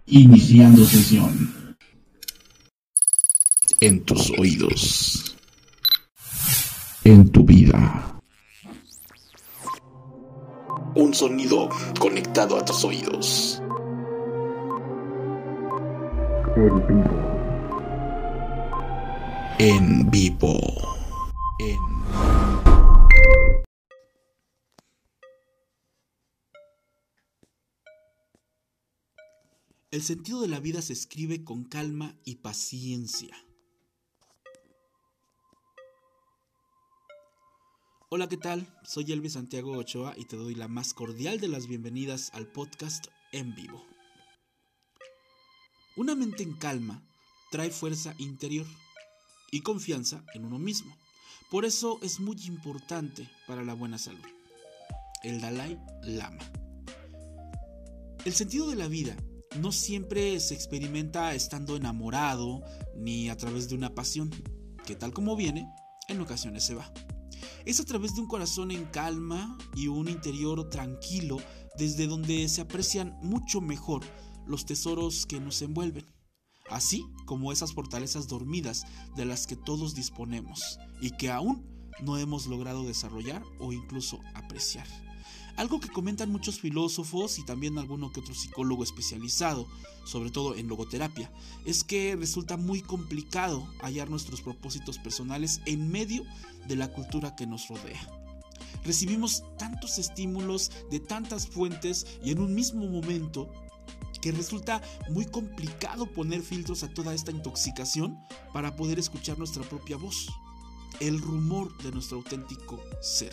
Iniciando sesión. En tus oídos. En tu vida. Un sonido conectado a tus oídos. En vivo. En vivo. El sentido de la vida se escribe con calma y paciencia. Hola, ¿qué tal? Soy Elvis Santiago Ochoa y te doy la más cordial de las bienvenidas al podcast En Vivo. Una mente en calma trae fuerza interior y confianza en uno mismo. Por eso es muy importante para la buena salud. El Dalai Lama. El sentido de la vida no siempre se experimenta estando enamorado ni a través de una pasión, que tal como viene, en ocasiones se va. Es a través de un corazón en calma y un interior tranquilo, desde donde se aprecian mucho mejor los tesoros que nos envuelven, así como esas fortalezas dormidas de las que todos disponemos y que aún no hemos logrado desarrollar o incluso apreciar. Algo que comentan muchos filósofos y también alguno que otro psicólogo especializado, sobre todo en logoterapia, es que resulta muy complicado hallar nuestros propósitos personales en medio de la cultura que nos rodea. Recibimos tantos estímulos de tantas fuentes y en un mismo momento que resulta muy complicado poner filtros a toda esta intoxicación para poder escuchar nuestra propia voz, el rumor de nuestro auténtico ser.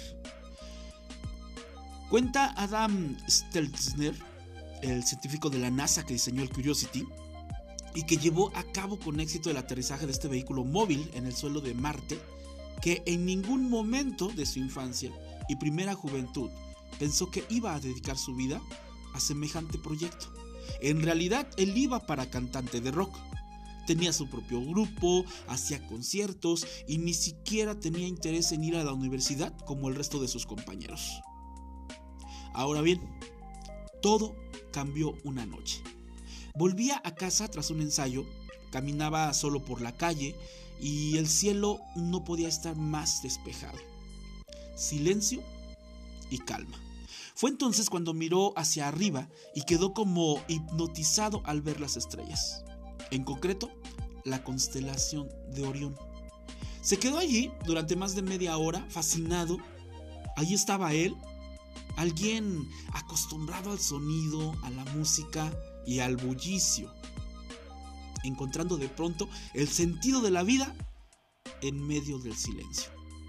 Cuenta Adam Steltzner, el científico de la NASA que diseñó el Curiosity y que llevó a cabo con éxito el aterrizaje de este vehículo móvil en el suelo de Marte, que en ningún momento de su infancia y primera juventud pensó que iba a dedicar su vida a semejante proyecto. En realidad, él iba para cantante de rock. Tenía su propio grupo, hacía conciertos y ni siquiera tenía interés en ir a la universidad como el resto de sus compañeros. Ahora bien, todo cambió una noche. Volvía a casa tras un ensayo, caminaba solo por la calle y el cielo no podía estar más despejado. Silencio y calma. Fue entonces cuando miró hacia arriba y quedó como hipnotizado al ver las estrellas. En concreto, la constelación de Orión. Se quedó allí durante más de media hora, fascinado. Allí estaba él, alguien acostumbrado al sonido, a la música y al bullicio, encontrando de pronto el sentido de la vida en medio del silencio.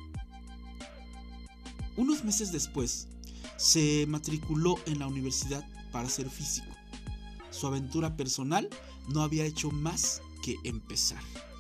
Unos meses después, se matriculó en la universidad para ser físico. Su aventura personal no había hecho más que empezar.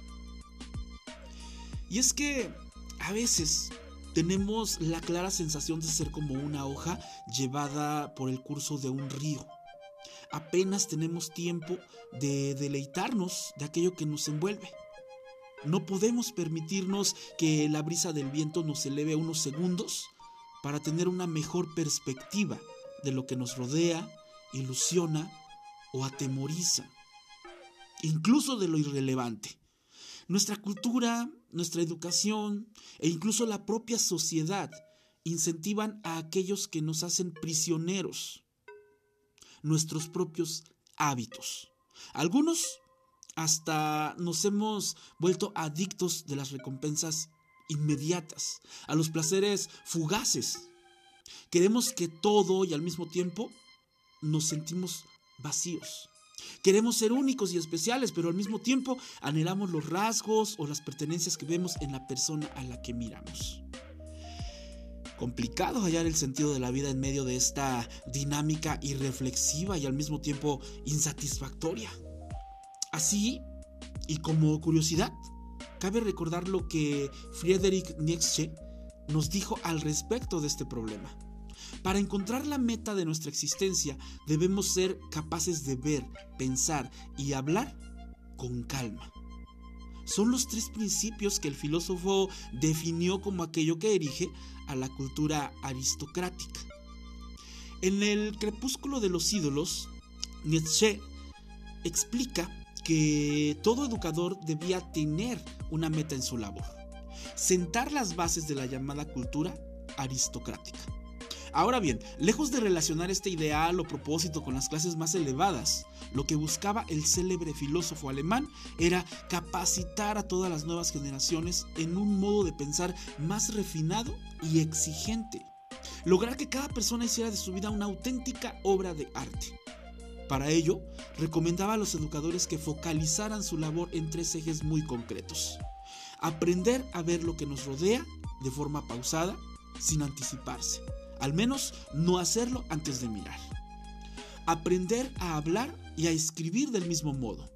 Y es que a veces tenemos la clara sensación de ser como una hoja llevada por el curso de un río. Apenas tenemos tiempo de deleitarnos de aquello que nos envuelve. No podemos permitirnos que la brisa del viento nos eleve unos segundos para tener una mejor perspectiva de lo que nos rodea, ilusiona o atemoriza, incluso de lo irrelevante. Nuestra cultura, nuestra educación e incluso la propia sociedad incentivan a aquellos que nos hacen prisioneros, nuestros propios hábitos. Algunos hasta nos hemos vuelto adictos de las recompensas inmediatas, a los placeres fugaces. Queremos que todo y al mismo tiempo nos sentimos vacíos. Queremos ser únicos y especiales, pero al mismo tiempo anhelamos los rasgos o las pertenencias que vemos en la persona a la que miramos. Complicado hallar el sentido de la vida en medio de esta dinámica irreflexiva y al mismo tiempo insatisfactoria. Así, y como curiosidad, cabe recordar lo que Friedrich Nietzsche nos dijo al respecto de este problema. Para encontrar la meta de nuestra existencia, debemos ser capaces de ver, pensar y hablar con calma. Son los tres principios que el filósofo definió como aquello que erige a la cultura aristocrática. En el crepúsculo de los ídolos, Nietzsche explica que todo educador debía tener una meta en su labor: sentar las bases de la llamada cultura aristocrática. Ahora bien, lejos de relacionar este ideal o propósito con las clases más elevadas, lo que buscaba el célebre filósofo alemán era capacitar a todas las nuevas generaciones en un modo de pensar más refinado y exigente. Lograr que cada persona hiciera de su vida una auténtica obra de arte. Para ello, recomendaba a los educadores que focalizaran su labor en 3 ejes muy concretos: aprender a ver lo que nos rodea de forma pausada, sin anticiparse, al menos no hacerlo antes de mirar; aprender a hablar y a escribir del mismo modo.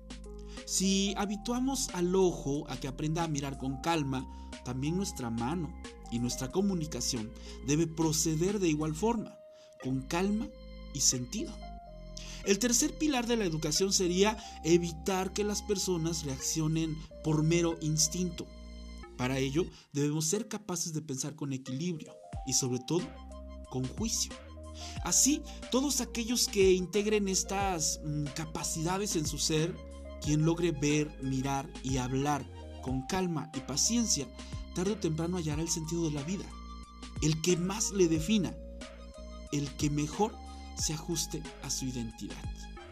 Si habituamos al ojo a que aprenda a mirar con calma, también nuestra mano y nuestra comunicación debe proceder de igual forma, con calma y sentido. El tercer pilar de la educación sería evitar que las personas reaccionen por mero instinto. Para ello, debemos ser capaces de pensar con equilibrio y, sobre todo, con juicio. Así, todos aquellos que integren estas capacidades en su ser, quien logre ver, mirar y hablar con calma y paciencia, tarde o temprano hallará el sentido de la vida, el que más le defina, el que mejor se ajuste a su identidad.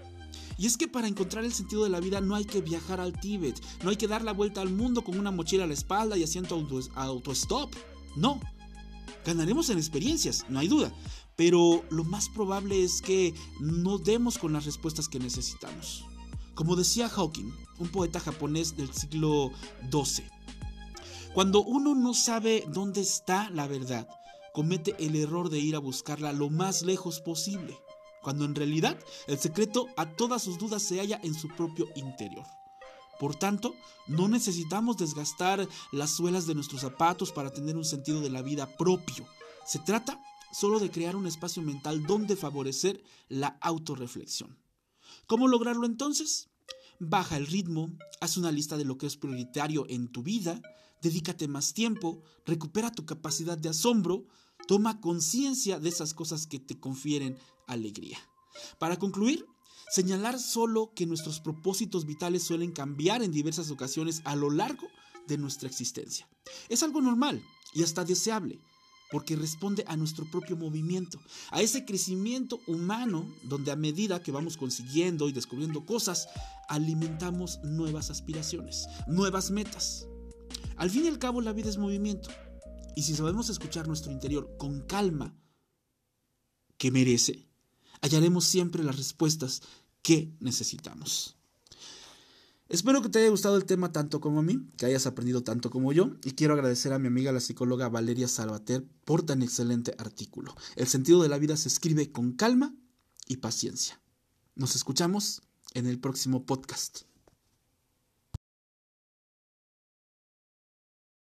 Y es que para encontrar el sentido de la vida no hay que viajar al Tíbet, no hay que dar la vuelta al mundo con una mochila a la espalda y asiento auto-stop. No, ganaremos en experiencias, no hay duda, pero lo más probable es que no demos con las respuestas que necesitamos. Como decía Hawking, un poeta japonés del siglo XII, cuando uno no sabe dónde está la verdad, comete el error de ir a buscarla lo más lejos posible, cuando en realidad el secreto a todas sus dudas se halla en su propio interior. Por tanto, no necesitamos desgastar las suelas de nuestros zapatos para tener un sentido de la vida propio. Se trata solo de crear un espacio mental donde favorecer la autorreflexión. ¿Cómo lograrlo entonces? Baja el ritmo, haz una lista de lo que es prioritario en tu vida, dedícate más tiempo, recupera tu capacidad de asombro, toma conciencia de esas cosas que te confieren alegría. Para concluir, señalar solo que nuestros propósitos vitales suelen cambiar en diversas ocasiones a lo largo de nuestra existencia. Es algo normal y hasta deseable, porque responde a nuestro propio movimiento, a ese crecimiento humano donde a medida que vamos consiguiendo y descubriendo cosas, alimentamos nuevas aspiraciones, nuevas metas. Al fin y al cabo, la vida es movimiento, y si sabemos escuchar nuestro interior con calma que merece, hallaremos siempre las respuestas que necesitamos. Espero que te haya gustado el tema tanto como a mí, que hayas aprendido tanto como yo, y quiero agradecer a mi amiga la psicóloga Valeria Salvater por tan excelente artículo. El sentido de la vida se escribe con calma y paciencia. Nos escuchamos en el próximo podcast.